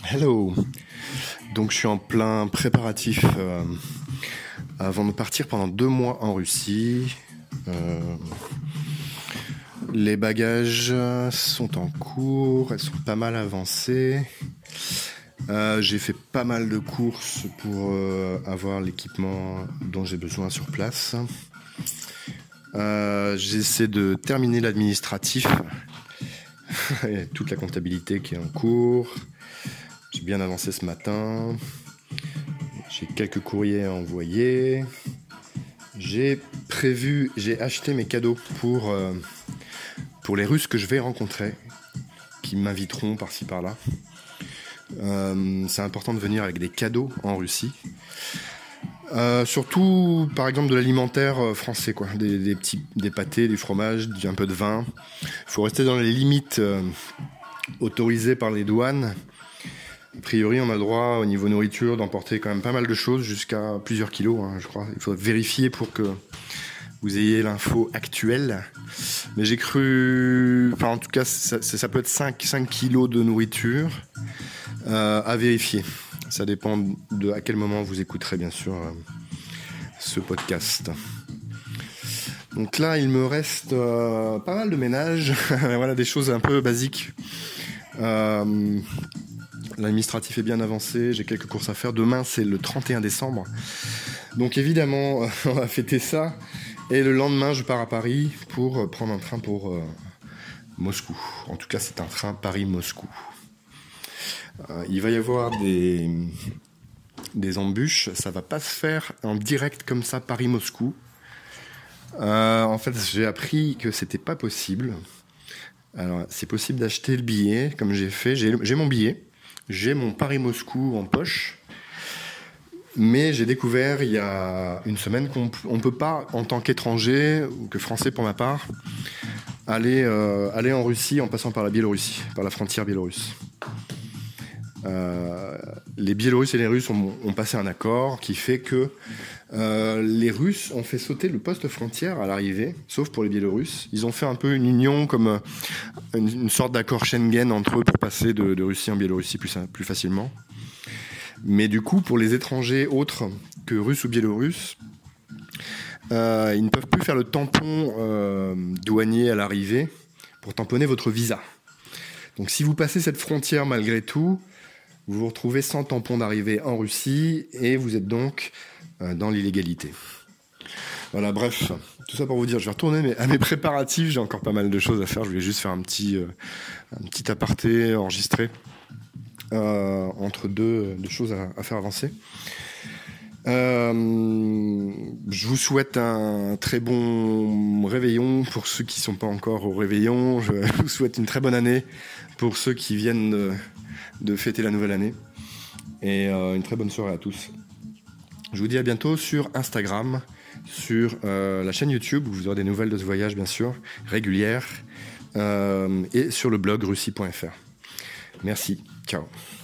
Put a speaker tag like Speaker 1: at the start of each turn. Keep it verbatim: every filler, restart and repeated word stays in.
Speaker 1: Hello. Donc je suis en plein préparatif euh, avant de partir pendant deux mois en Russie. Euh, les bagages sont en cours, elles sont pas mal avancées. Euh, j'ai fait pas mal de courses pour euh, avoir l'équipement dont j'ai besoin sur place. Euh, j'essaie de terminer l'administratif et toute la comptabilité qui est en cours. J'ai bien avancé ce matin. J'ai quelques courriers à envoyer. J'ai prévu, j'ai acheté mes cadeaux pour, euh, pour les Russes que je vais rencontrer, qui m'inviteront par-ci par-là. Euh, c'est important de venir avec des cadeaux en Russie. Euh, surtout, par exemple, de l'alimentaire français, quoi. Des, des petits, des pâtés, du fromage, un peu de vin. Il faut rester dans les limites euh, autorisées par les douanes. A priori, on a le droit, au niveau nourriture, d'emporter quand même pas mal de choses, jusqu'à plusieurs kilos, hein, je crois. Il faut vérifier pour que vous ayez l'info actuelle. Mais j'ai cru... Enfin, en tout cas, ça, ça peut être cinq kilos de nourriture euh, à vérifier. Ça dépend de à quel moment vous écouterez, bien sûr, euh, ce podcast. Donc là, il me reste euh, pas mal de ménage. Voilà, des choses un peu basiques. Euh... L'administratif est bien avancé, j'ai quelques courses à faire. Demain, c'est le trente et un décembre. Donc évidemment, on va fêter ça. Et le lendemain, je pars à Paris pour prendre un train pour euh, Moscou. En tout cas, c'est un train Paris-Moscou. Euh, il va y avoir des, des embûches. Ça va pas se faire en direct comme ça, Paris-Moscou. Euh, en fait, j'ai appris que c'était pas possible. Alors, c'est possible d'acheter le billet, comme j'ai fait. J'ai, j'ai mon billet. J'ai mon Paris-Moscou en poche, mais j'ai découvert il y a une semaine qu'on ne peut pas, en tant qu'étranger, ou que français pour ma part, aller, euh, aller en Russie en passant par la Biélorussie, par la frontière biélorusse. Euh, les Biélorusses et les Russes ont, ont passé un accord qui fait que euh, les Russes ont fait sauter le poste frontière à l'arrivée, sauf pour les Biélorusses. Ils ont fait un peu une union, comme une, une sorte d'accord Schengen entre eux pour passer de, de Russie en Biélorussie plus, plus facilement. Mais du coup, pour les étrangers autres que Russes ou Biélorusses, euh, ils ne peuvent plus faire le tampon euh, douanier à l'arrivée pour tamponner votre visa. Donc si vous passez cette frontière malgré tout, vous vous retrouvez sans tampon d'arrivée en Russie et vous êtes donc euh, dans l'illégalité. Voilà, bref, tout ça pour vous dire, je vais retourner à mes préparatifs, j'ai encore pas mal de choses à faire, je voulais juste faire un petit, euh, un petit aparté enregistré euh, entre deux, deux choses à, à faire avancer. Euh, je vous souhaite un très bon réveillon pour ceux qui ne sont pas encore au réveillon. Je vous souhaite une très bonne année pour ceux qui viennent de, de fêter la nouvelle année. Et euh, une très bonne soirée à tous. Je vous dis à bientôt sur Instagram, sur euh, la chaîne YouTube où vous aurez des nouvelles de ce voyage, bien sûr, régulières, euh, et sur le blog russie point f r. Merci. Ciao.